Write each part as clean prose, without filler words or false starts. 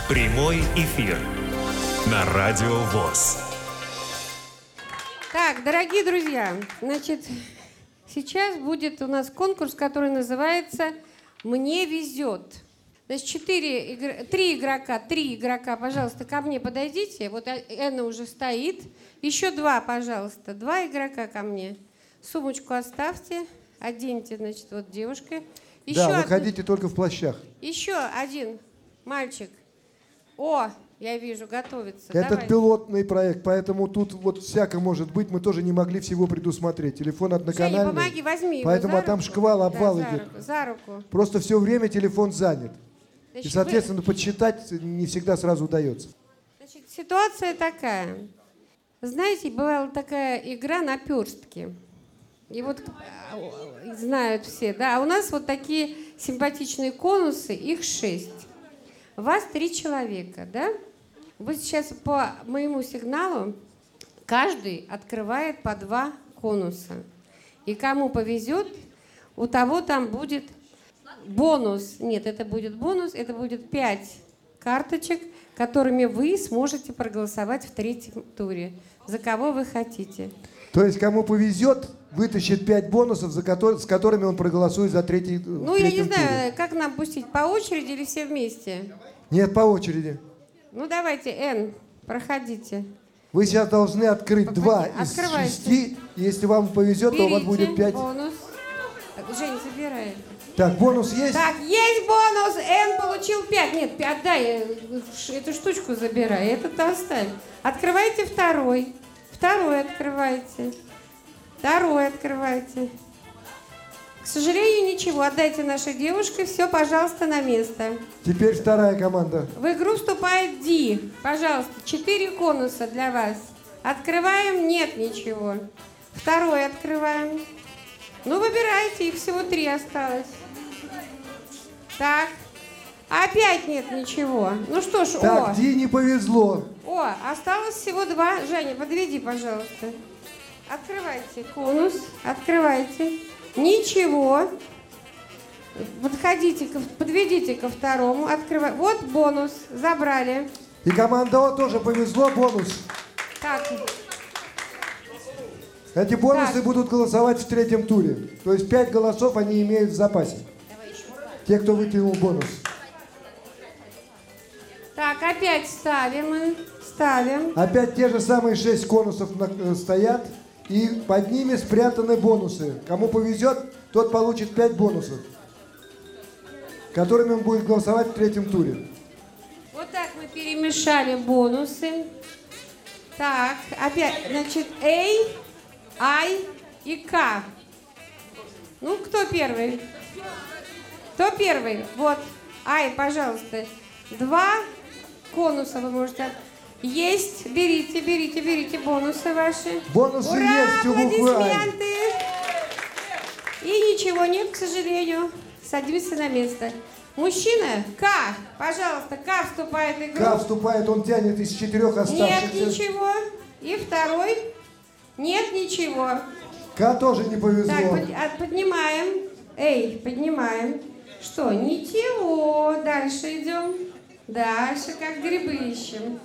Прямой эфир на Радио ВОС. Так, дорогие друзья, значит, сейчас будет у нас конкурс, который называется «Мне везет». Значит, три игрока, пожалуйста, ко мне подойдите. Вот Энна уже стоит. Еще два, пожалуйста. Два игрока ко мне. Сумочку оставьте, оденьте, значит, вот девушка. Да, выходите только в плащах. Еще один мальчик. О, я вижу, готовится. Это давай. пилотный проект, поэтому тут вот всяко может быть. Мы тоже не могли всего предусмотреть. Телефон одноканальный. Женя, помоги, возьми его поэтому за там руку. шквал, обвал да, идет. За руку. Просто все время телефон занят. Значит, И, соответственно, подсчитать не всегда сразу удается. Значит, ситуация такая. Знаете, бывала такая игра наперстки. И вот знают все, да. А у нас вот такие симпатичные конусы, их 6. Вас 3 человека, да? Вы сейчас по моему сигналу каждый открывает по 2 конуса. И кому повезет, у того там будет бонус. Нет, это будет бонус, это будет 5 карточек, которыми вы сможете проголосовать в 3-м туре. За кого вы хотите. То есть, кому повезет, вытащит 5 бонусов, с которыми он проголосует за третий тур. Ну, я не знаю, как нам пустить, по очереди или все вместе? Нет, по очереди. Ну, давайте, Н, проходите. Вы сейчас должны открыть 2 из Открывайте. 6. Если вам повезет, то у вас будет 5. Бонус. Жень, забирай. Так, бонус есть? Так, есть бонус. Н получил 5. Нет, отдай, эту штучку забирай. Этот оставь. Открывайте второй. Второй открывайте. Второй открывайте. К сожалению, ничего. Отдайте нашей девушке. Все, пожалуйста, на место. Теперь вторая команда. В игру вступает Ди. Пожалуйста, 4 конуса для вас. Открываем. Нет ничего. Второй открываем. Ну, выбирайте. Их всего 3 осталось. Так. Опять нет ничего. Ну что ж, Так, Ди не повезло. Осталось всего 2. Женя, подведи, пожалуйста. Открывайте конус. Открывайте. Ничего. Подведите ко второму. Открывайте. Вот бонус. Забрали. И команда О тоже повезло, бонус. Так. Эти бонусы Так. будут голосовать в 3-м туре. То есть 5 голосов они имеют в запасе. Те, кто вытянул бонус. Так, опять ставим. Ставим. Опять те же самые 6 конусов стоят. И под ними спрятаны бонусы. Кому повезет, тот получит 5 бонусов, которыми он будет голосовать в 3-м туре. Вот так мы перемешали бонусы. Так, опять, значит, А, I и К. Ну, кто первый? Кто первый? Вот, Ай, пожалуйста. 2 конуса вы можете... Есть, берите бонусы ваши. Бонусы Ура, есть у буквы «Ай». аплодисменты. И ничего нет, к сожалению. Садимся на место. Мужчина, К, пожалуйста, К вступает в игру. К вступает, он тянет из 4 оставшихся. Нет ничего. И второй. Нет ничего. К тоже не повезло. Так, поднимаем. Поднимаем. Что, ничего. Дальше идем. Дальше, как грибы ищем.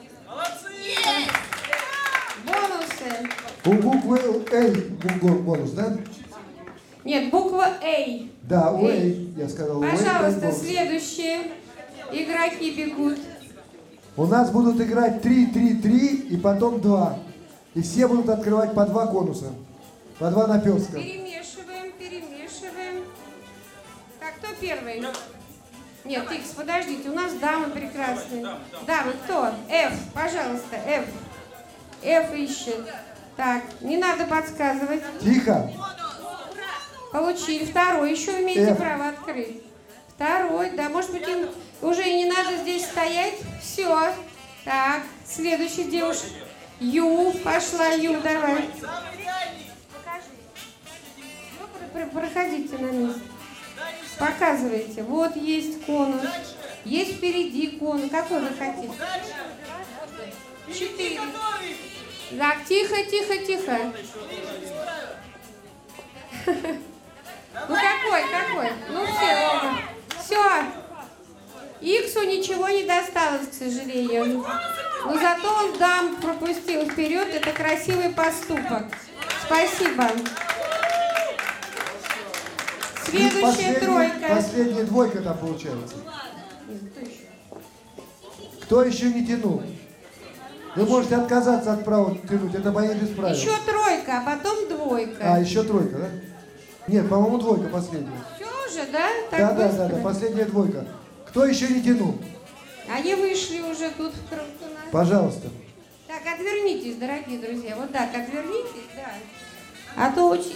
Бонусы. У буквы «Эй» бонус, да? Нет, буква А. Да, у «Эй», я сказал. Пожалуйста, следующие игроки бегут. У нас будут играть 3 и потом 2. И все будут открывать по 2 конуса. По 2 наперстка. Перемешиваем. Так, кто первый? Нет, Икс, подождите, у нас дамы прекрасные. Дамы, кто? F, пожалуйста, F. F ищет. Так, не надо подсказывать. Тихо. Получили. Второй еще имеете F. право открыть. Второй, да, может быть, им уже и не надо здесь стоять. Все. Так, следующая девушка. Ю, пошла, Ю, давай. Проходите на место. Показывайте. Вот есть конус. Есть впереди конус. Какой вы хотите? 4. Так, тихо. Ну какой? Ну все, Рома. Все. Иксу ничего не досталось, к сожалению. Но зато он дам пропустил вперед. Это красивый поступок. Спасибо. Следующая тройка. Последняя двойка там получается. Кто еще не тянул? Вы можете отказаться от права тянуть, это бои без правил. Еще тройка, а потом двойка. А, еще тройка, да? Нет, по-моему, двойка последняя. Все уже, да? Так Да, последняя двойка. Кто еще не тянул? Они вышли уже тут в круг у нас. Пожалуйста. Так, отвернитесь, дорогие друзья. Вот так, отвернитесь, да. А то очень...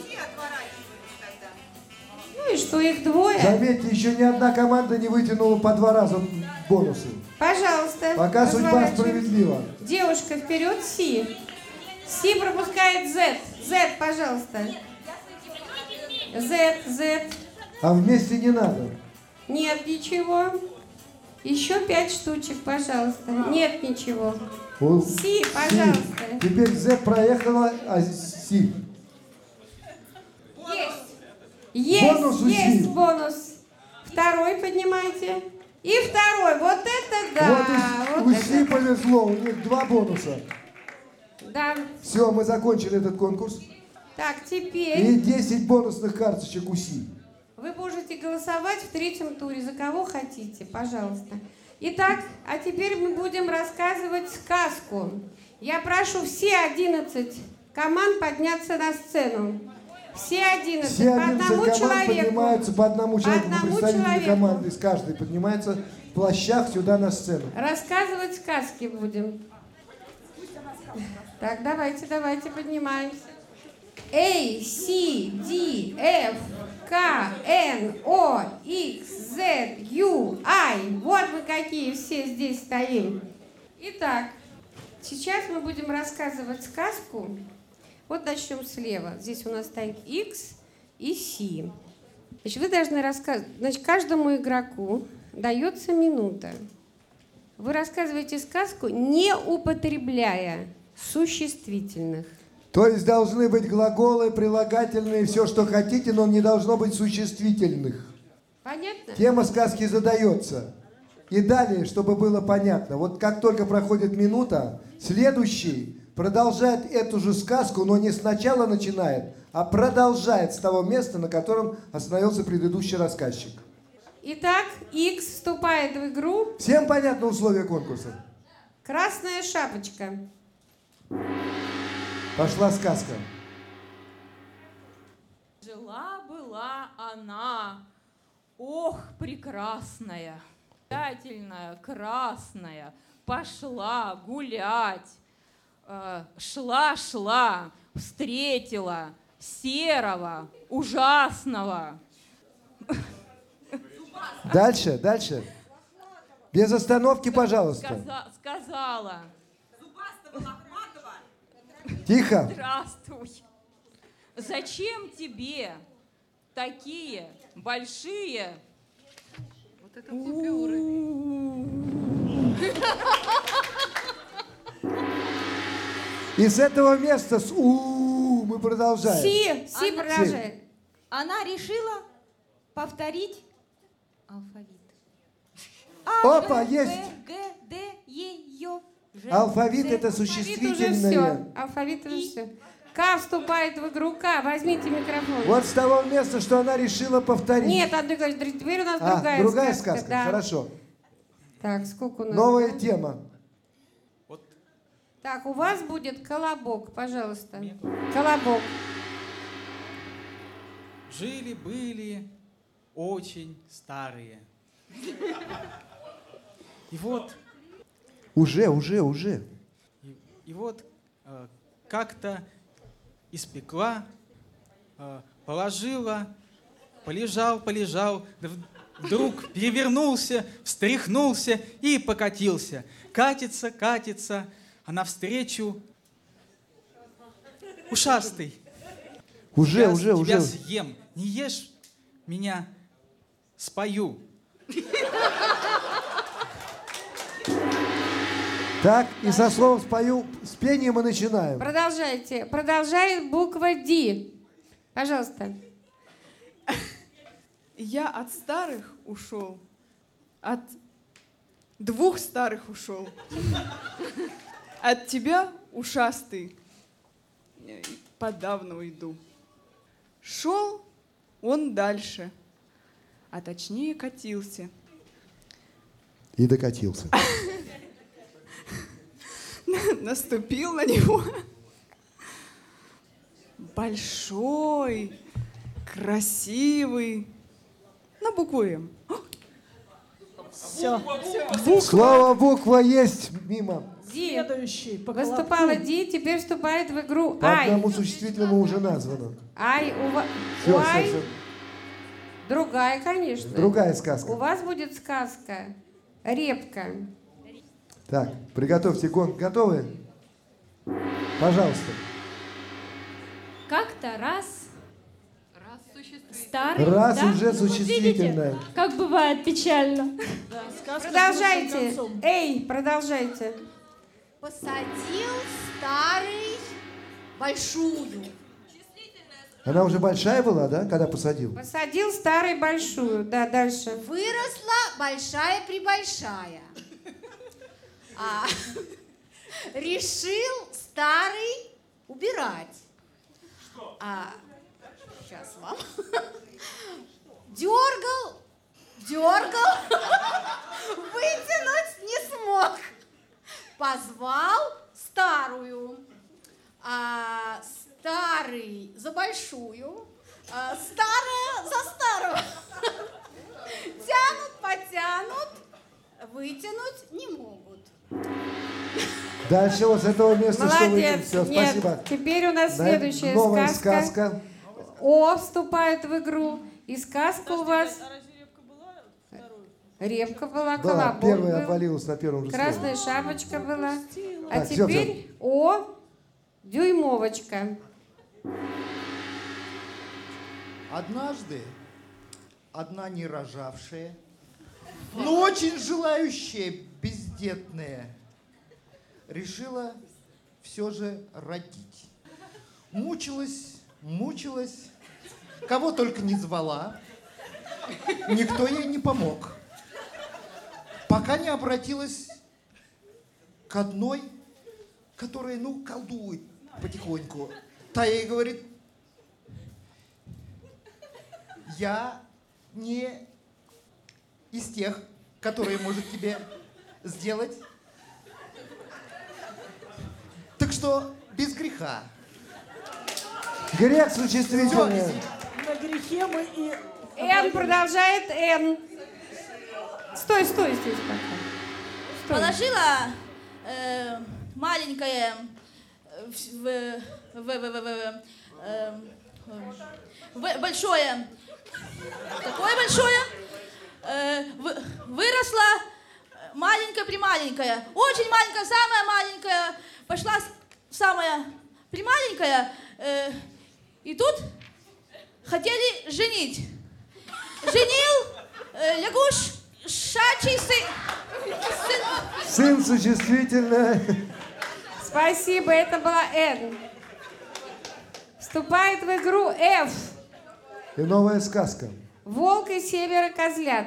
Ну и что, их двое? Заметьте, еще ни одна команда не вытянула по 2 раза бонусы. Пожалуйста. Пока судьба справедлива. Девушка вперед, Си. Си пропускает Z. Z, пожалуйста. Z. А вместе не надо. Нет, ничего. Еще 5 штучек, пожалуйста. Нет, ничего. Си, пожалуйста. Теперь Z проехала, а Си. Есть бонус. Второй поднимайте. И второй. Вот это да. Вот у Си повезло, у них 2 бонуса. Да. Все, мы закончили этот конкурс. Так, теперь... И 10 бонусных карточек у Си. Вы можете голосовать в 3-м туре за кого хотите, пожалуйста. Итак, а теперь мы будем рассказывать сказку. Я прошу все 11 команд подняться на сцену. Все 11 Все по 11 одному команд человеку. поднимаются по одному человеку. Представители человеку. команды из каждой поднимаются в плащах сюда на сцену. Рассказывать сказки будем. Так, давайте, поднимаемся. A, C, D, F, K, N, O, X, Z, U, I. Вот мы какие все здесь стоим. Итак, сейчас мы будем рассказывать сказку. Вот начнем слева. Здесь у нас стоит X и C. Значит, вы должны рассказывать. Значит, каждому игроку дается минута. Вы рассказываете сказку, не употребляя существительных. То есть должны быть глаголы, прилагательные, все, что хотите, но не должно быть существительных. Понятно? Тема сказки задается. И далее, чтобы было понятно, вот как только проходит минута, следующий продолжает эту же сказку, но не сначала начинает, а продолжает с того места, на котором остановился предыдущий рассказчик. Итак, X вступает в игру. Всем понятно условия конкурса? Красная шапочка. Пошла сказка. Жила-была она, ох, прекрасная, обязательная, красная, пошла гулять, шла, встретила серого, ужасного. Дальше. Без остановки, пожалуйста. Сказала. Тихо. Здравствуй. Зачем тебе такие большие... Вот это купюры. И с этого места с у мы продолжаем. Си продолжает. Она решила повторить алфавит. Опа, А, Б, есть. В, Г, Д, Е, Ё, Ж, Алфавит З. это Алфавит уже существительное. все. Алфавит уже все. К вступает в игру. К. Возьмите микрофон. Вот с того места, что она решила повторить. Нет, Андрей Григорьевич, теперь у нас другая сказка. Да. Хорошо. Так, сколько у нас? Новая тема. Так, у вас будет колобок, пожалуйста. Колобок. Жили-были очень старые. И вот, Уже. и вот как-то испекла, положила, полежал, да вдруг перевернулся, встряхнулся и покатился. Катится, а навстречу ушастый. Уже. Тебя съем, не ешь меня, спою. Так, и со словом спою, с пением мы начинаем. Продолжайте. Продолжает буква Д. Пожалуйста. Я от старых ушел, от 2 старых ушел. От тебя, ушастый, подавно уйду. Шел он дальше, а точнее катился. И докатился. Наступил на него большой, красивый, на букву М. Все. Слово буква есть мимо. Ди. Следующий. По Выступала колобку. Ди, теперь вступает в игру По Ай. одному существительному уже названо. Ай, Все, Ай. все. Другая, конечно. Другая У сказка. вас будет сказка «Репка». Так, приготовьте гонг. Готовы? Пожалуйста. Как-то раз Раз существует. старый, Раз да? уже существительное. Как бывает печально. Да, сказка с Продолжайте. концом. Эй, продолжайте. Посадил старый большую. Она уже большая была, да, когда посадил? Посадил старый большую. Да, дальше. Выросла большая-пребольшая. Решил старый убирать. Сейчас вам. Дергал, вытянуть не смог. Позвал старую. Старый за большую, старая за старую. Тянут, потянут, вытянуть не могут. Дальше вот с этого места что выйдем? Молодец. Все, Нет, спасибо. теперь у нас Да, следующая новая сказка. сказка. О вступает в игру. И сказка у вас... Репка была, Была, колобок первая был, обвалилась на первом же красная шапочка была. А Так, всё, теперь О дюймовочка. Однажды одна не рожавшая, но очень желающая бездетная решила все же родить. Мучилась, кого только не звала, никто ей не помог. Пока не обратилась к одной, которая, колдует потихоньку. Та ей говорит: я не из тех, которые может тебе сделать. Так что без греха. Грех существительное. На грехе мы и... Н продолжает Н. Стой здесь пока. Стой. Положила маленькое большое, такое большое, выросла маленькая-прималенькая, очень маленькая, самая маленькая, пошла самая прималенькая, и тут хотели женить. Женил лягушачий сын. Сын существительное. Спасибо, это была Н. Вступает в игру Ф. И новая сказка. Волк и 7 козлят.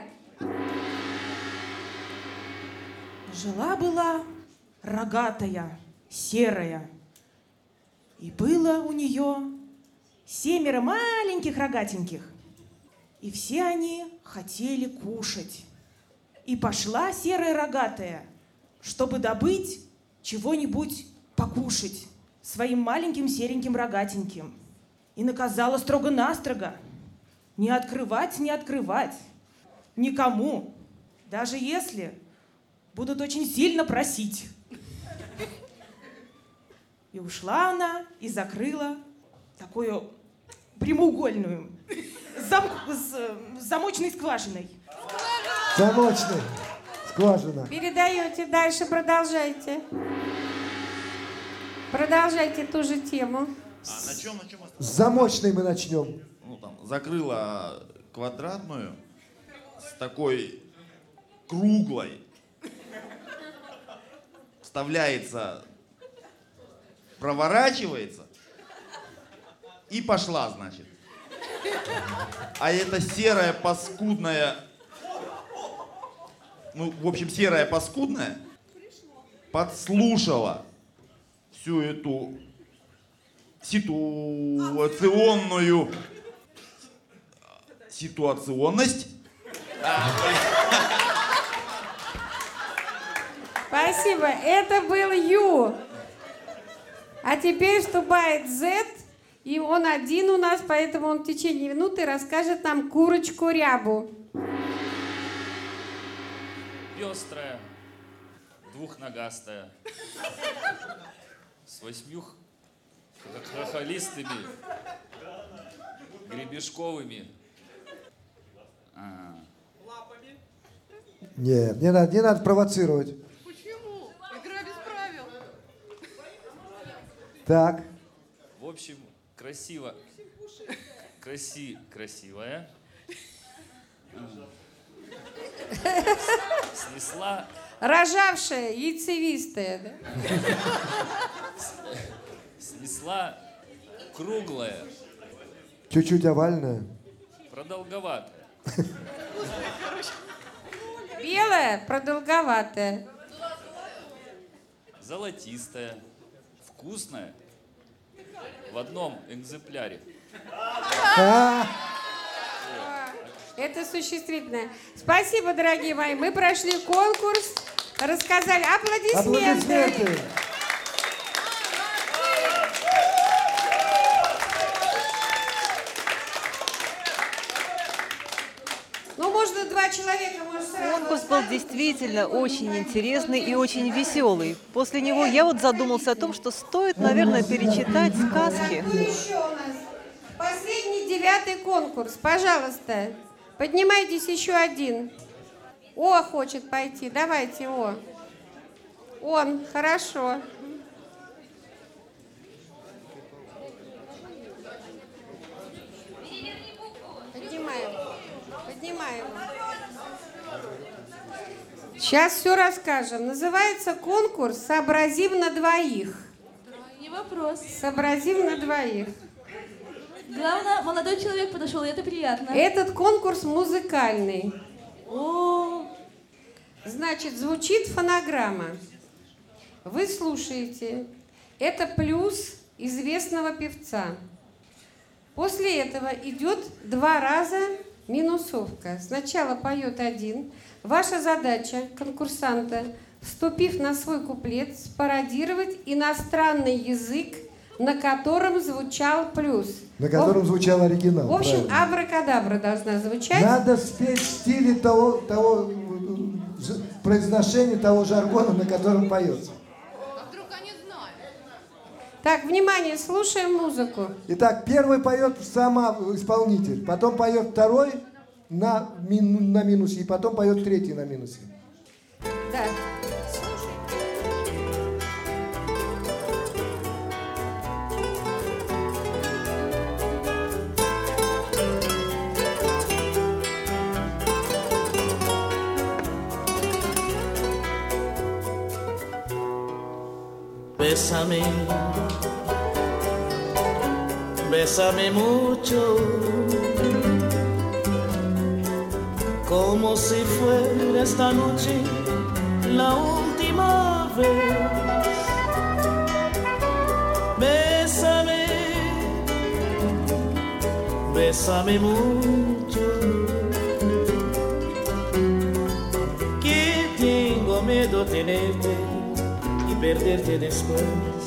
Жила-была рогатая, серая. И было у нее 7 маленьких рогатеньких. И все они хотели кушать. И пошла серая рогатая, чтобы добыть чего-нибудь покушать своим маленьким сереньким рогатеньким. И наказала строго-настрого не открывать никому, даже если будут очень сильно просить. И ушла она и закрыла такую прямоугольную с замочной скважиной. Замочный. Скважина. Передаете, дальше продолжайте. Продолжайте ту же тему. На чем? С замочной мы начнем. Закрыла квадратную с такой круглой. Вставляется, проворачивается и пошла, значит. А эта серая, паскудная, ну, в общем, серая паскудная, подслушала всю эту ситуационность. Спасибо. Это был Ю. А теперь вступает Z, и он один у нас, поэтому он в течение минуты расскажет нам курочку рябу. Пестрая, двухногастая, с 8 хохолистыми, гребешковыми. Лапами? Нет, не надо провоцировать. Почему? Игра без правил. Так. В общем, красивая. Снесла... Рожавшая, яйцевистая, да? Снесла круглая. Чуть-чуть овальная. Продолговатая. Белая, продолговатая. Золотистая. Вкусная. В одном экземпляре. Это существительное. Спасибо, дорогие мои. Мы прошли конкурс, рассказали. Аплодисменты. Ну, можно 2 человека, может, сразу. Конкурс был действительно очень интересный и очень веселый. После него я вот задумался о том, что стоит, наверное, перечитать сказки. Кто еще у нас? Последний 9-й конкурс. Пожалуйста, поднимайтесь еще один. О хочет пойти. Давайте, О. Он, хорошо. Поднимаем. Сейчас все расскажем. Называется конкурс «Сообразим на двоих». Не вопрос. «Сообразим на двоих». Главное, молодой человек подошел, и это приятно. Этот конкурс музыкальный. О, значит, звучит фонограмма. Вы слушаете. Это плюс известного певца. После этого идет 2 раза минусовка. Сначала поет один. Ваша задача, конкурсанта, вступив на свой куплет, спародировать иностранный язык, на котором звучал плюс. На котором звучал оригинал. В общем, правильно. абракадабра должна звучать. Надо спеть в стиле того произношения, того жаргона, на котором поется. А вдруг они знают? Так, внимание, слушаем музыку. Итак, первый поет сама исполнитель, потом поет второй на минусе, и потом поет третий на минусе. Да. Bésame, bésame mucho, como si fuera esta noche la última vez. Bésame, bésame mucho, que tengo miedo de tenerte y perderte después.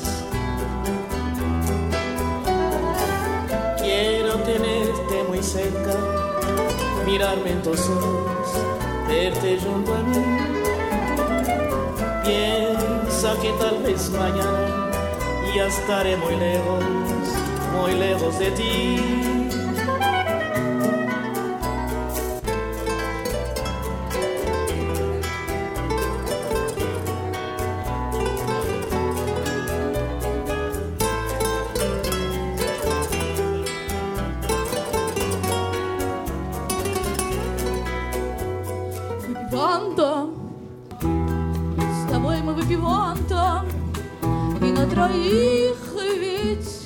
Quiero tenerte muy cerca, mirarme en tus ojos, verte junto a mí. Piensa que tal vez mañana ya estaré muy lejos de ti. Выпиванта, с тобой мы выпиванта, и на троих ведь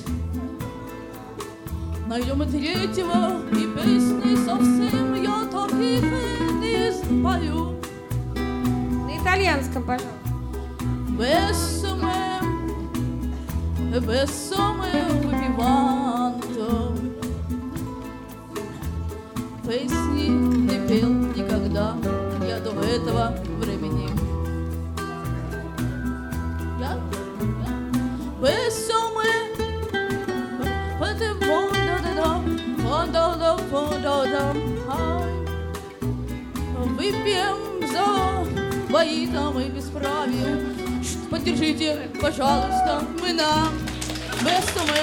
найдем и третьего, и песни совсем я таких не спою. итальянском, пожалуйста. Besame выпиванто. Песни не пел никогда я до этого времени. Я Besame выпьем за бои там и бесправие. Поддержите, пожалуйста, мы нам Besame.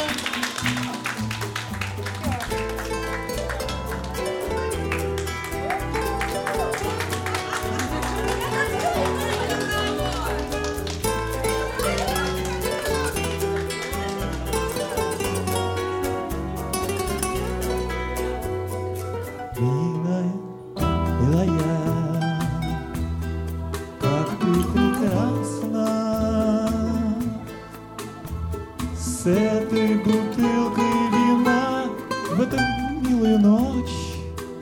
С этой бутылкой вина в эту милую ночь.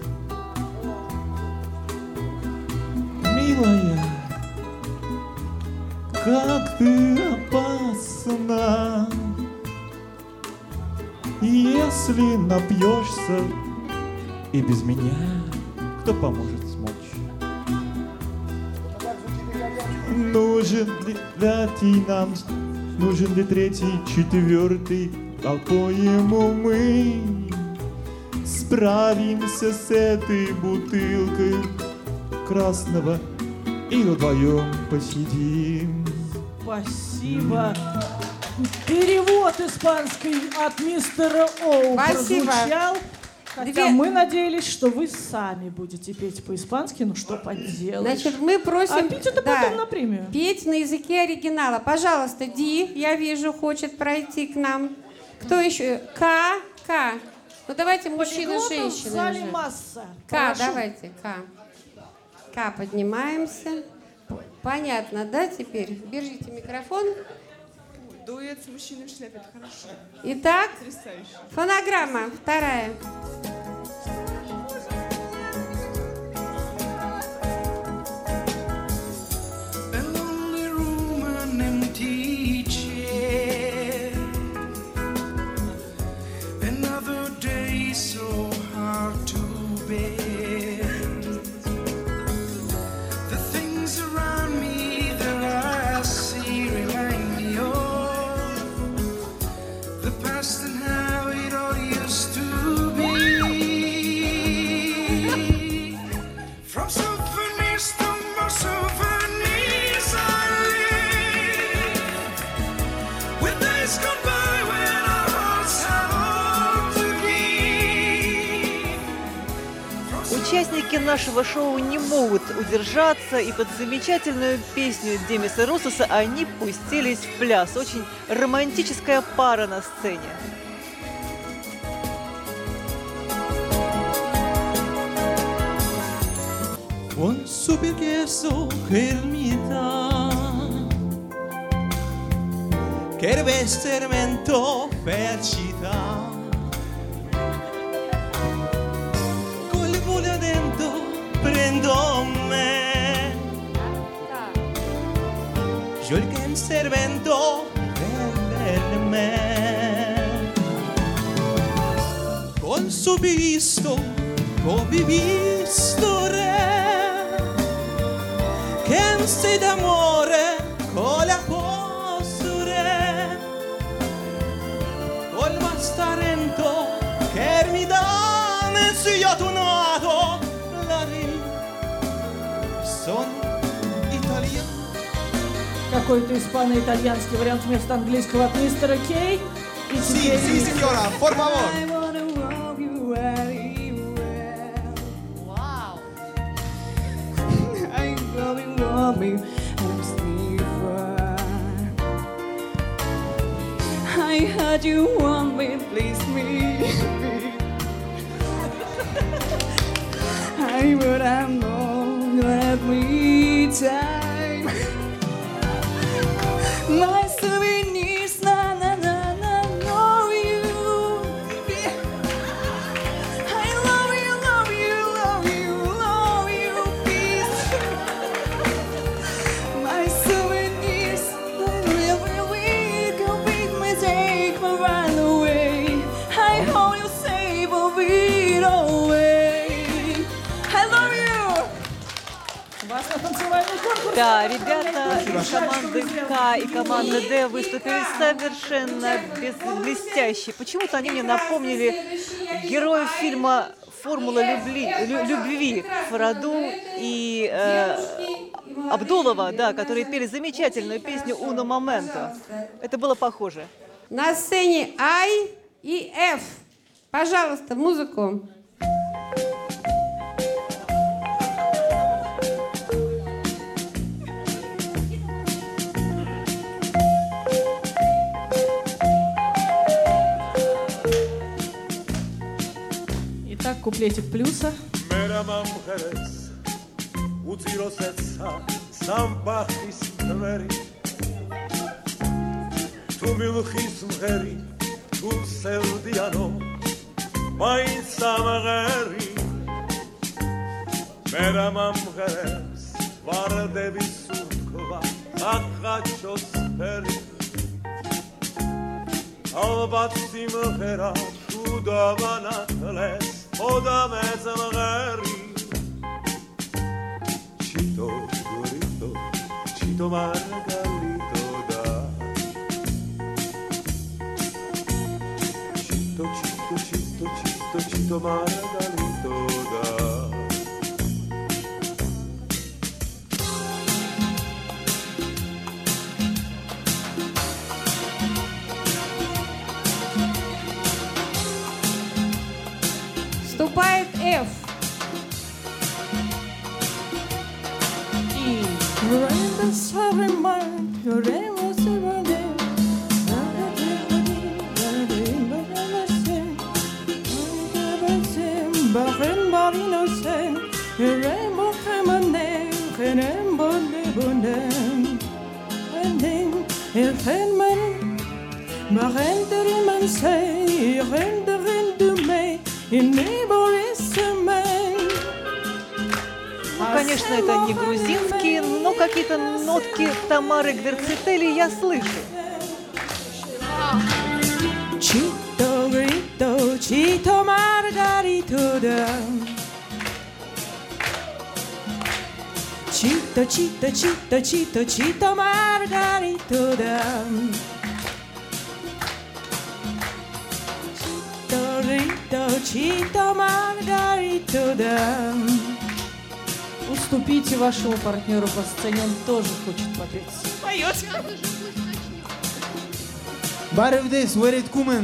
Милая, как ты опасна, если напьешься и без меня, кто поможет смочь? Нужен ли третий нам, нужен ли третий, четвертый, а по-ему мы справимся с этой бутылкой красного и вдвоем посидим. Спасибо. Перевод испанский от мистера Оу прозвучал. Хотя мы надеялись, что вы сами будете петь по-испански, ну что поделаешь. Значит, мы просим... А петь это потом на премию. Петь на языке оригинала. Пожалуйста, Ди, я вижу, хочет пройти к нам. Кто еще? К. Ну давайте мужчина, женщина. В зале масса. К, давайте, К, поднимаемся. Понятно, да, теперь? Держите микрофон. Дуэт с мужчиной в шляпе, это хорошо. Итак, Потрясающе. Фонограмма, вторая. Участники нашего шоу не могут удержаться, и под замечательную песню Демиса Русоса они пустились в пляс. Очень романтическая пара на сцене. Un super queso ermita che deve essere mento felicità con le voglia dentro prendo me io il che servento per me con su visto ho visto re che sei d'amore con la posture col bastarento che mi dà menzionato la sono italiano. Какой-то испано-итальянский вариант вместо английского от мистера Кей. Sí, señora, por favor. Me and Stephen. I heard you want me, please me. I would have known every time. My souvenirs, na na na na, know you. I love you, love you, love you, love you, please. Да, ребята из команды К и команды Д выступили совершенно блестяще. Почему-то они мне напомнили героев фильма «Формула любви» Фараду и Абдулова, да, которые пели замечательную песню «Uno Momento». Это было похоже. На сцене I и F. Пожалуйста, музыку. Итак, куплетик плюса. Chito Margarito da Chito Margarito da Вступает F. Ну, конечно, это не грузинские, но какие-то нотки Тамары Гвердцители я слышу. Chito grito, Chito Margarito da Chito, Chito, Chito, Chito, Chito Margarito da Chito grito, Chito Margarito da. Уступите вашему партнеру по сцене, он тоже хочет попеть. Поет. Баревдес, уэрит кумен.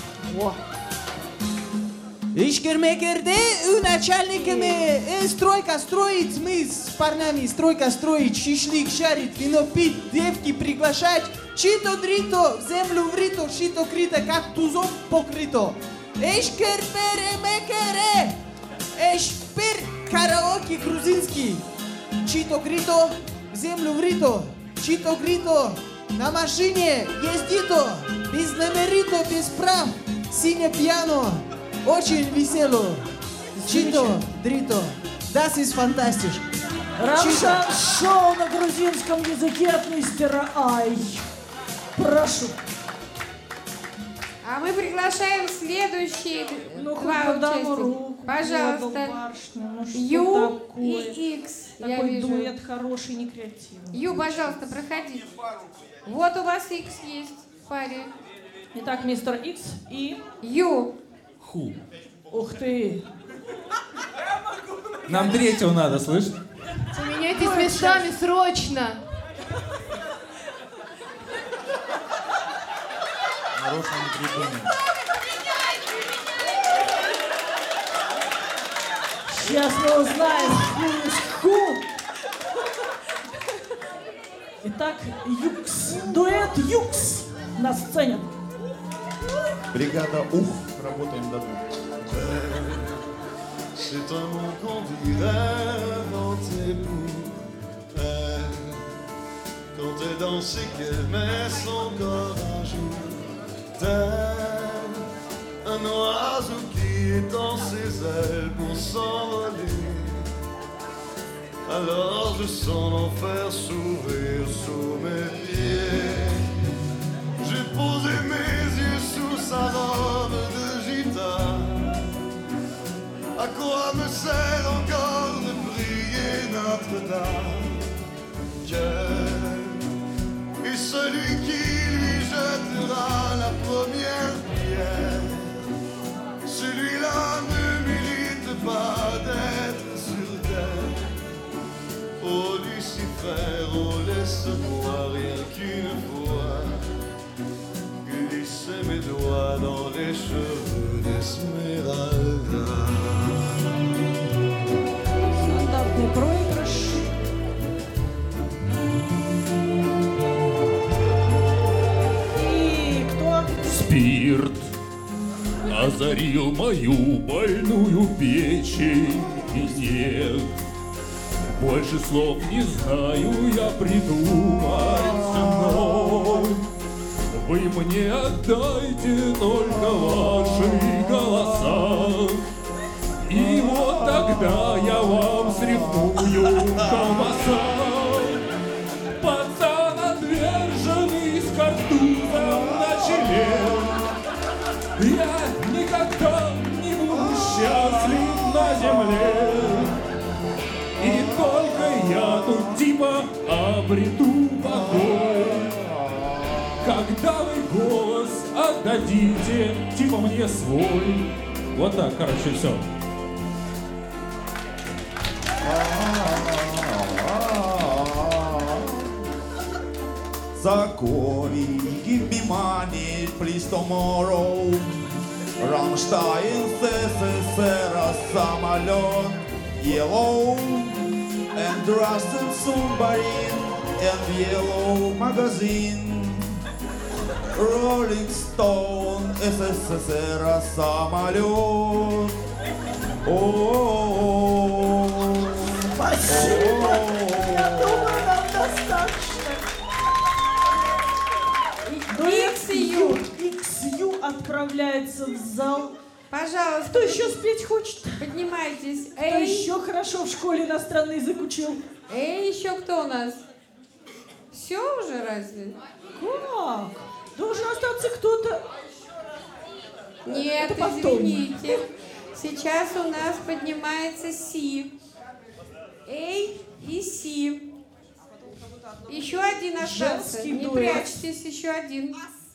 Ишкер-мекер-де, у начальниками, стройка строить, мы с парнями стройка строить, шишлик шарить, вино пить, девки приглашать, чито-дрито, в землю врито, шито-крито, как тузом покрыто. Ишкер-пере-мекере, эшпер караоке грузинский, чито-грито, в землю врито, чито-грито, на машине ездито, без номерито, без прав, сине пьяно, очень весело. Чито, дрито, das ist fantastisch. Равшан-шоу на грузинском языке от мистера Ай. Прошу. А мы приглашаем следующие два участника. Пожалуйста. Ю и Икс. Такой дуэт хороший, не креативный. Ю, пожалуйста, проходите. Вот у вас Икс есть в паре. Итак, мистер Икс и... Ю. Ху. Ух ты. Нам третьего надо, слышишь? Поменяйтесь местами срочно. Нарочно не придумал. Сейчас мы узнаем. Ху. Итак, Юкс. Дуэт Юкс на сцене. Бригада Ух. Работаем до двух. C'est un monde qu'on dirait inventé pour elle. Quand elle danse et qu'elle met son corps à jour d'elle. Un oiseau qui étend ses ailes pour s'envoler. Alors je sens l'enfer s'ouvrir sous mes pieds. J'ai posé mes yeux sous sa robe de gitane. À quoi me sert encore de prier Notre-Dame? celui qui lui jettera la première pierre, celui-là ne mérite pas d'être sur terre. Oh Lucifer, oh laisse-moi rien qu'une fois glisser mes doigts dans les cheveux d'Esmeralda. Стандартный проигрыш. И кто? Спирт озарил мою больную печень, и нет, больше слов не знаю я придумать, но вы мне отдайте только ваши голоса, и вот тогда я вам срифмую колбаса. Пацан отверженный с картузом на челе, я никогда не буду счастлив на земле. И только я тут типа обрету покой, когда вы голос отдадите, типа мне свой. Вот так, короче, все. Закори, give me money, please tomorrow. Рамштайн, СССР, самолет, yellow, and rusted submarine, and yellow magazine. Rolling Stone, СССР, самолет. Спасибо! Я думаю, нам достаточно. XU отправляется в зал. Пожалуйста. Кто еще спеть хочет? Поднимайтесь. Кто еще хорошо в школе иностранный язык учил? Еще кто у нас? Все уже разве? Как? Должен остаться кто-то. Нет, извините. Сейчас у нас поднимается Си. Эй и Си. Еще один остался. Не прячьтесь, еще один.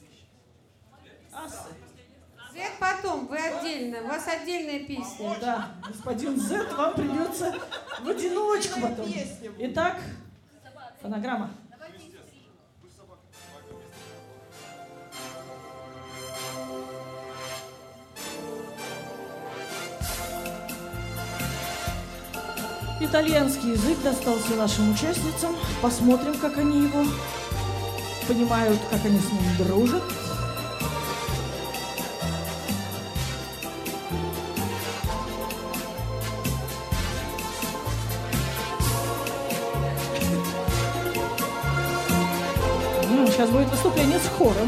Зет потом, вы отдельно. У вас отдельная песня. Да, господин Зет, вам придется в одиночку потом. Итак, фонограмма. Итальянский язык достался нашим участницам. Посмотрим, как они его понимают, как они с ним дружат. Сейчас будет выступление с хором.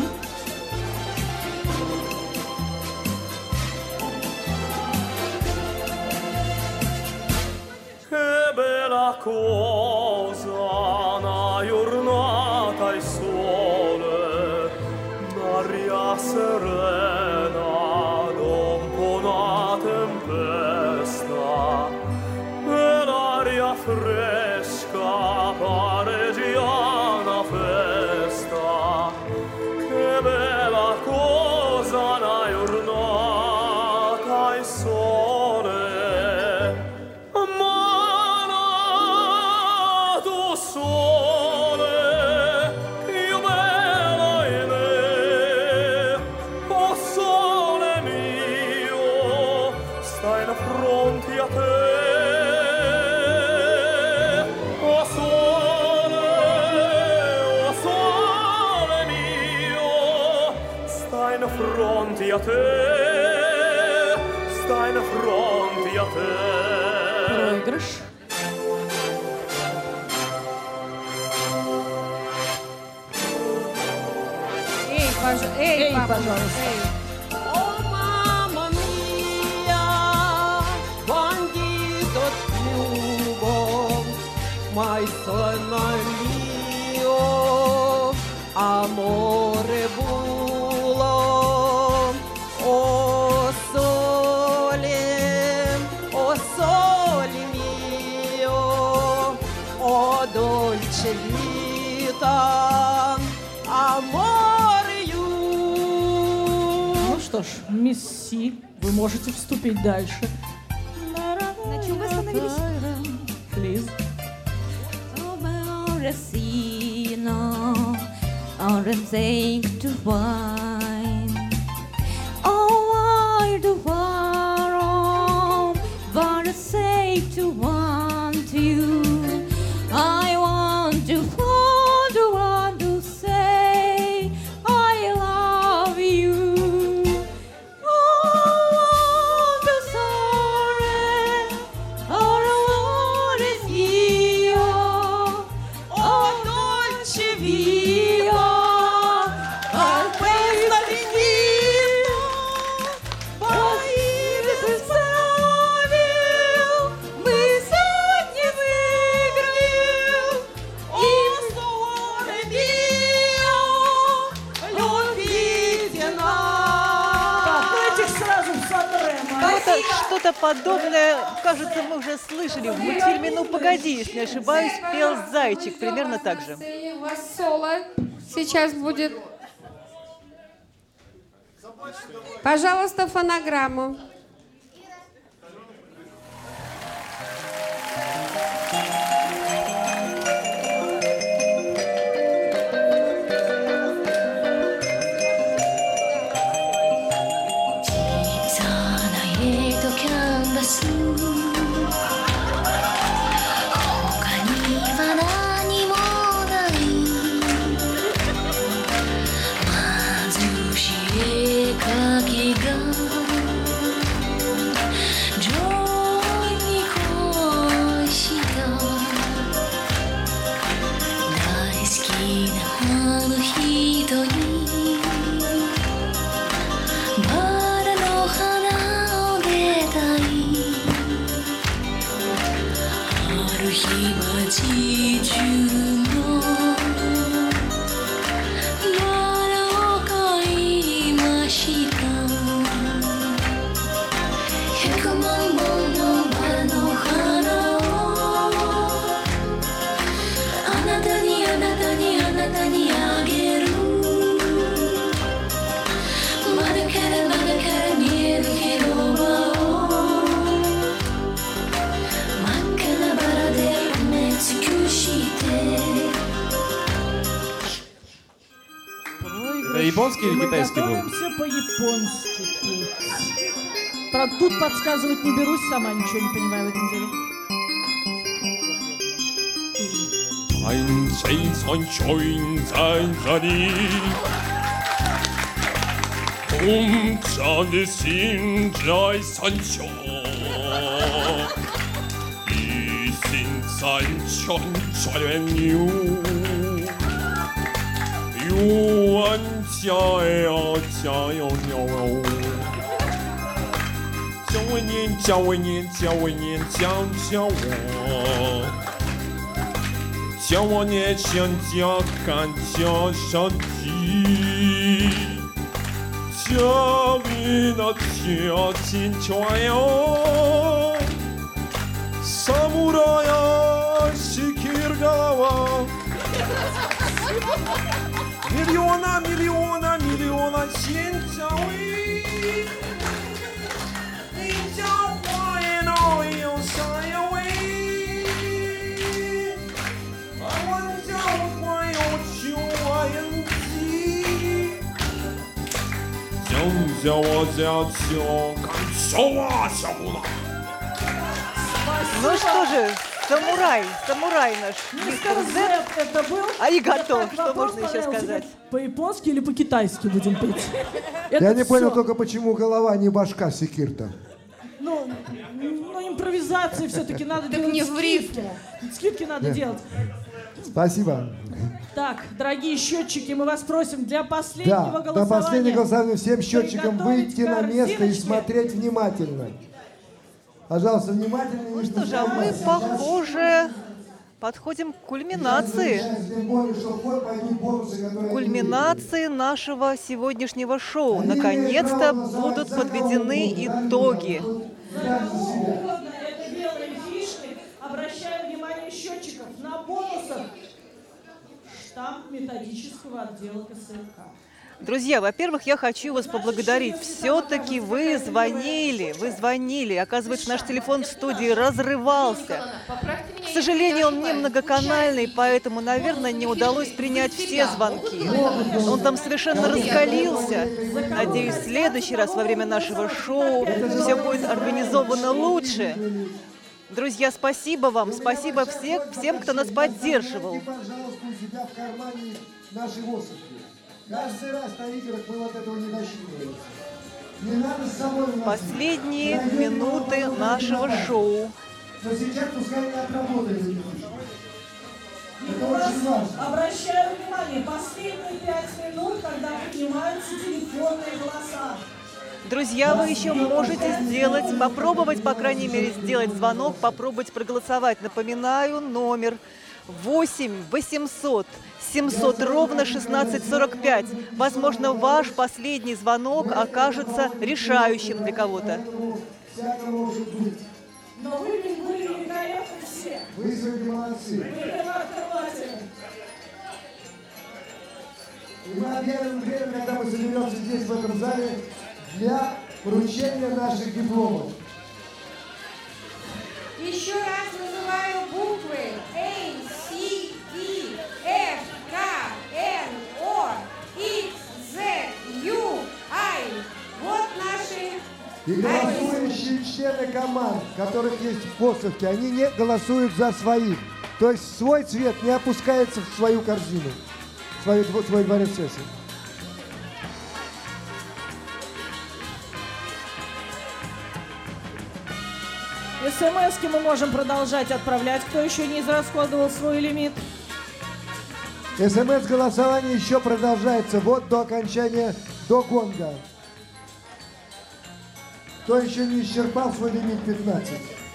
Cosa una giornata al sole, l'aria serena dopo una tempesta, e l'aria fresca parigina festa. Che bella cosa una giornata al sole. Fronti a te, stai на фронте a te. Проигрыш. Эй, пожалуйста. Oh mamma mia, bandito любовь, mai sono mio, amore bulo, o sole mio, o dolce vita, аморью. Ну что ж, мисс Си, вы можете вступить дальше. На чем вы остановились? Please. Oh, the world, but it's safe to want you. I want to hold the one to say I love you. Oh, the sorry, all I want is you. Oh, dolce via, al questa vita, poi представил, мы сотни выиграем, и море мио, любите нас. Так, ну этих сразу в Сан-Ремо. Что-то подобное, кажется, мы уже слышали в мультфильме «Ну погоди», если не ошибаюсь, пел «Зайчик», примерно так же. У вас соло сейчас будет. Пожалуйста, фонограмму. Это японский или китайский был? Мы готовимся по-японски петь. Правда, тут подсказывать не берусь, сама ничего не понимаю в этом деле. 山水山泉在这里，红茶的心在山丘，一心山泉传人牛，有俺家呀家哟哟，教为您教为您教为您教教我。 叫我年轻家干家上地，叫你那家进川哟，萨姆拉呀西基尔嘎哇，миллиона миллиона миллиона新教会，你叫我也能有啥呀喂？ 叫我叫秋干秋啊，小姑娘。 Ну что же, самурай наш. Мистер Зэп, это был? Аригато, что можно еще сказать? По-японски или по-китайски будем петь? Я не понял только, почему голова не башка Секирта. Ну, импровизации все-таки надо делать не в рифме. Скидки надо делать. Спасибо. Так, дорогие счетчики, мы вас просим для последнего голосования. До последнего голосования всем счетчикам выйти на место и смотреть внимательно. Пожалуйста, внимательно. Ну что же, а мы, похоже, подходим к кульминации. Кульминации нашего сегодняшнего шоу. Наконец-то будут подведены итоги. Обращаю внимание счетчиков на бонусах. Штамп методического отдела КСРК. Друзья, во-первых, я хочу вас поблагодарить. Все-таки вы звонили. Оказывается, наш телефон в студии разрывался. К сожалению, он не многоканальный, поэтому, наверное, не удалось принять все звонки. Он там совершенно раскалился. Надеюсь, в следующий раз во время нашего шоу все будет организовано лучше. Друзья, спасибо вам, спасибо всем, кто нас поддерживал. Пожалуйста, у себя в кармане наши осыпи. Каждый раз на играх мы вот этого не досчитываемся. Не надо с собой уносить. Последние минуты нашего шоу. Но сейчас пускай не отработает. Это очень важно. Обращаю внимание, последние 5 минут, когда поднимаются телефонные голоса. Друзья, вы еще можете попробовать, по крайней мере, сделать звонок, попробовать проголосовать. Напоминаю, номер 8 800 700 ровно 1645. Возможно, ваш последний звонок окажется решающим для кого-то. Но вы были великолепны все. Вы сегодня молодцы. И мы объявим время, когда мы соберемся здесь, в этом зале, для вручения наших дипломов. Еще раз называю буквы A, C, D, F, K, N, O, X, Z, U, I. Вот наши... И голосующие члены команд, которых есть в посылке, они не голосуют за своих. То есть свой цвет не опускается в свою корзину, в свой дворец сессии. СМСки мы можем продолжать отправлять, кто еще не израсходовал свой лимит. СМС-голосование еще продолжается вот до окончания, до гонга. Кто еще не исчерпал свой лимит 15?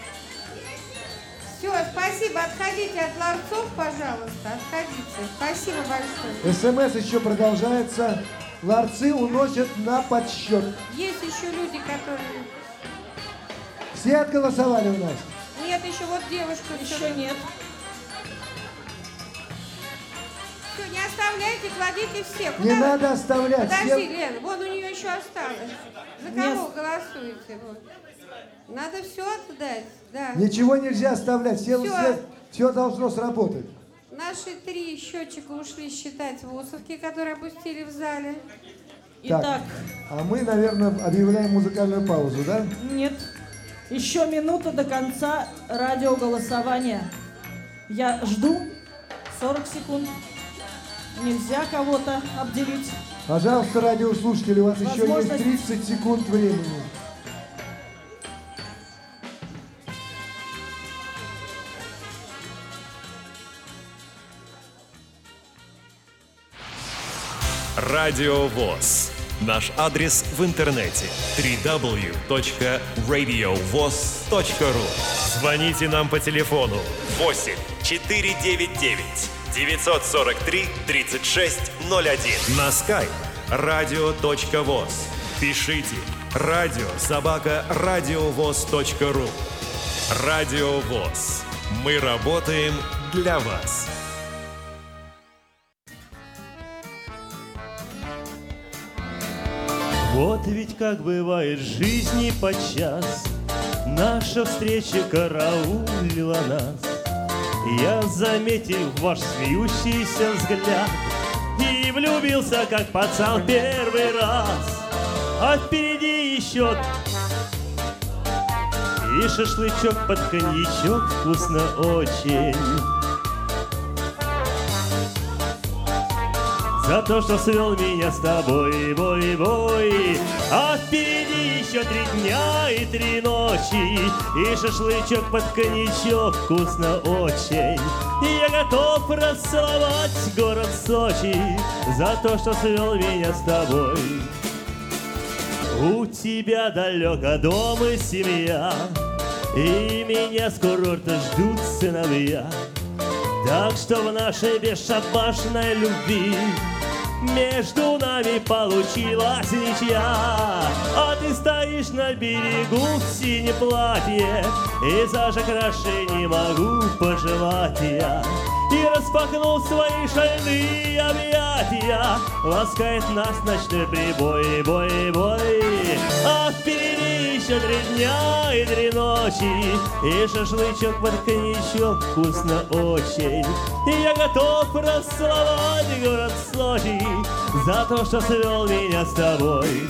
Все, спасибо. Отходите от ларцов, пожалуйста. Отходите. Спасибо большое. СМС еще продолжается. Ларцы уносят на подсчет. Есть еще люди, которые... Все отголосовали у нас? Нет, еще вот девушка. Еще нет. Все, не оставляйте, кладите все. Куда Не вы? надо оставлять. Подожди, Лен, вон у нее еще осталось. За кого голосуете? Вот. Надо все отдать. Да. Ничего нельзя оставлять. Все должно сработать. Наши 3 счетчика ушли считать вусовки, которые опустили в зале. Так, а мы, наверное, объявляем музыкальную паузу, да? Нет. Еще минута до конца радиоголосования. Я жду 40 секунд. Нельзя кого-то обделить. Пожалуйста, радиослушатели, у вас еще есть 30 секунд времени. Радио ВОС. Наш адрес в интернете www.radiovoz.ru. Звоните нам по телефону 8 499 943 3601. На скайп radio.voz. Пишите radio@radiovoz.ru. Радио ВОС. Мы работаем для вас. Вот ведь как бывает в жизни подчас, наша встреча караулила нас. Я заметил ваш смеющийся взгляд и влюбился, как пацан первый раз. А впереди еще и шашлычок под коньячок, вкусно очень. За то, что свел меня с тобой, бой. А впереди еще 3 дня и 3 ночи, и шашлычок под коньячок, вкусно очень. Я готов расцеловать город Сочи за то, что свел меня с тобой. У тебя далеко дом и семья, и меня с курорта ждут сыновья. Так что в нашей бесшабашной любви между нами получилась ничья. А ты стоишь на берегу в синем платье, и даже краше не могу пожелать я. И распахнул свои шальные объятия, ласкает нас ночной прибой, бой. А впереди еще 3 дня и 3 ночи, и шашлычок под коньячок, вкусно очень. И я готов расцеловать город Сочи за то, что свел меня с тобой.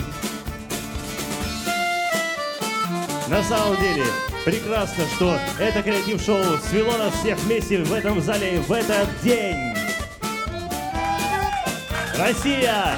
На самом деле, прекрасно, что это креатив-шоу свело нас всех вместе в этом зале в этот день. Россия!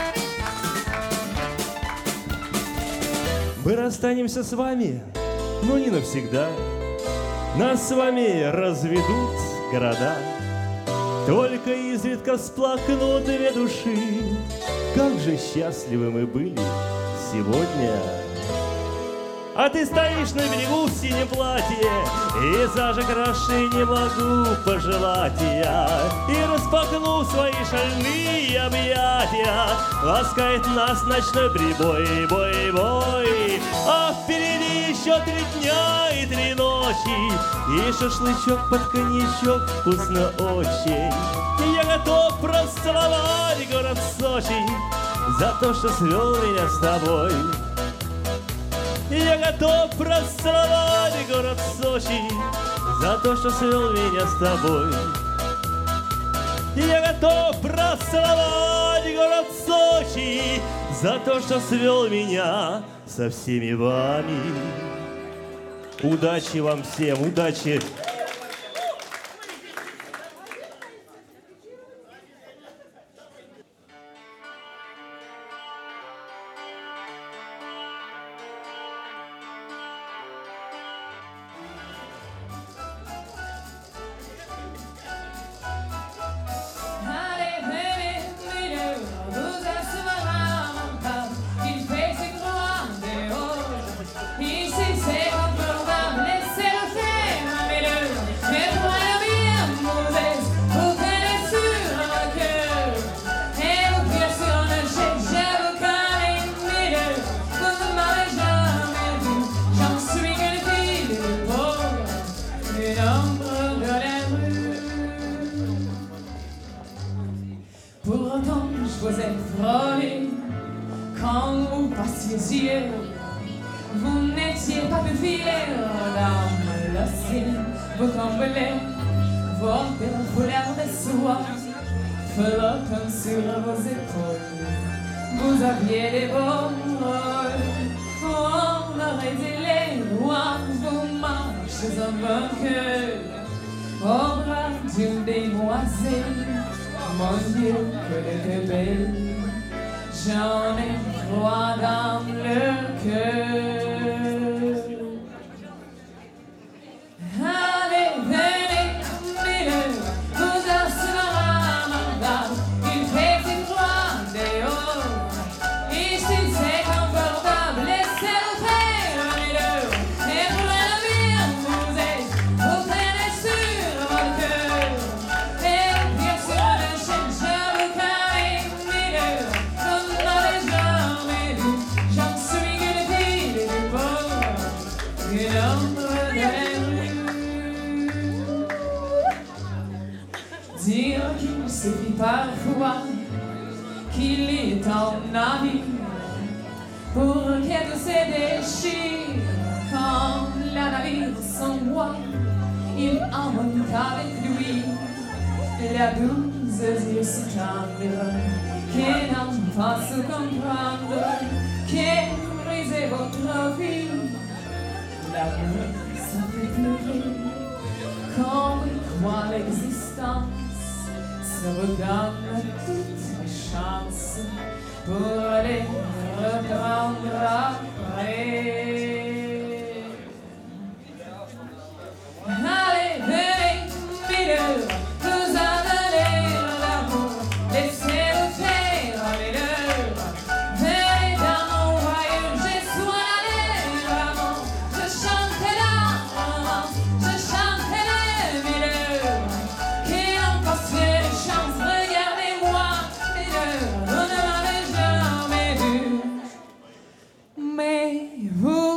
Мы расстанемся с вами, но не навсегда. Нас с вами разведут города. Только изредка всплакнут 2 души. Как же счастливы мы были сегодня. А ты стоишь на берегу в синем платье, и даже краше не могу пожелать я. И распахнув свои шальные объятия, ласкает нас ночной прибой, бой. А впереди еще 3 дня и 3 ночи, и шашлычок под коньячок, вкусно очень. И я готов расцеловать город Сочи за то, что свел меня с тобой. Я готов расцеловать город Сочи за то, что свел меня с тобой. Я готов расцеловать город Сочи за то, что свел меня со всеми вами. Удачи вам всем, удачи! J'en ai froid dans le cœur. Allez, venez, mille, vous asseoir à il fait si froid dehors. Ici c'est confortable, laissez-le faire, mille. Et pour l'avenir, vous prenez sur votre cœur. Et bien sûr, le chien, je vous carré, mille. J'en suis une fille du pauvre, une ombre de la rue. Dire qu'il suffit parfois qu'il est en navire pour qu'elle se déchire quand la navire s'envoie. Il emporte avec lui la douce yeux si tendre qui n'ont pas su comprendre qu'elle brisait votre vie. L'amour, ça fait pleurer quand on croit l'existence, se redonne toutes les chances pour les reprendre après. Allez, venez, mille, vous en allez l'amour, laissez-le faire, mille. Venez dans mon royaume, j'ai soin d'aller l'amour, je chanterai la romance, je chanterai les mille. Qui n'ont pas fait de chance, regardez-moi, mille, vous ne m'avez jamais vu. Mais vous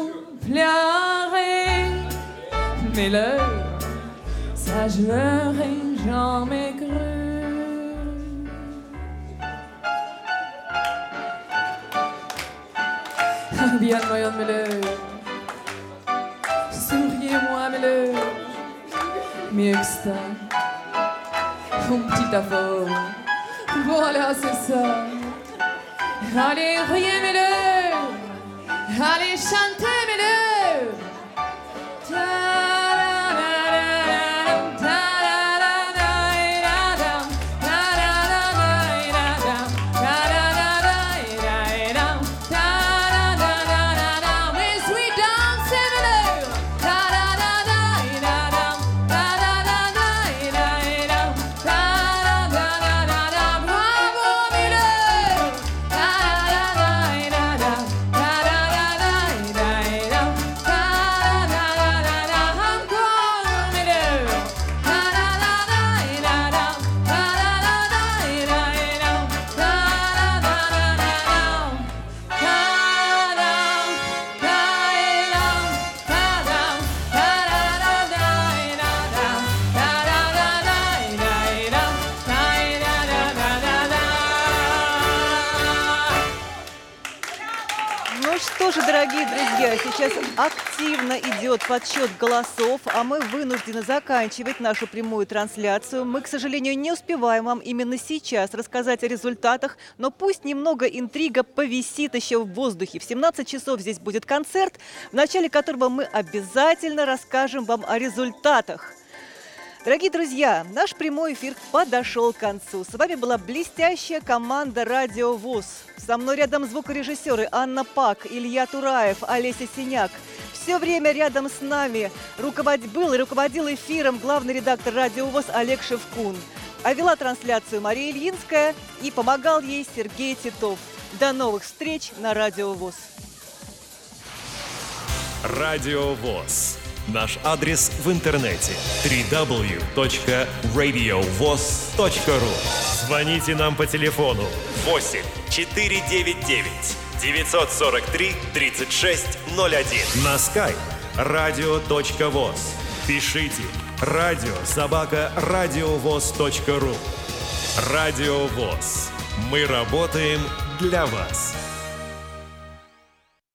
Bien moyen de me lever. Souriez-moi, me lever. Mieux que ça. Un petit effort. Voilà, c'est ça. Allez, riez, me lever. Allez, chantez, me lever. Дорогие друзья, сейчас активно идет подсчет голосов, а мы вынуждены заканчивать нашу прямую трансляцию. Мы, к сожалению, не успеваем вам именно сейчас рассказать о результатах, но пусть немного интрига повисит еще в воздухе. В 17 часов здесь будет концерт, в начале которого мы обязательно расскажем вам о результатах. Дорогие друзья, наш прямой эфир подошел к концу. С вами была блестящая команда «Радио ВОС». Со мной рядом звукорежиссеры Анна Пак, Илья Тураев, Олеся Синяк. Все время рядом с нами был и руководил эфиром главный редактор «Радио ВОС» Олег Шевкун. А вела трансляцию Мария Ильинская и помогал ей Сергей Титов. До новых встреч на «Радио ВОС». Радио ВОС. Наш адрес в интернете www.radiovoz.ru. Звоните нам по телефону 8 499 943 3601. На skype radio.voz. Пишите radio@radiovoz.ru. Радио ВОС. Мы работаем для вас.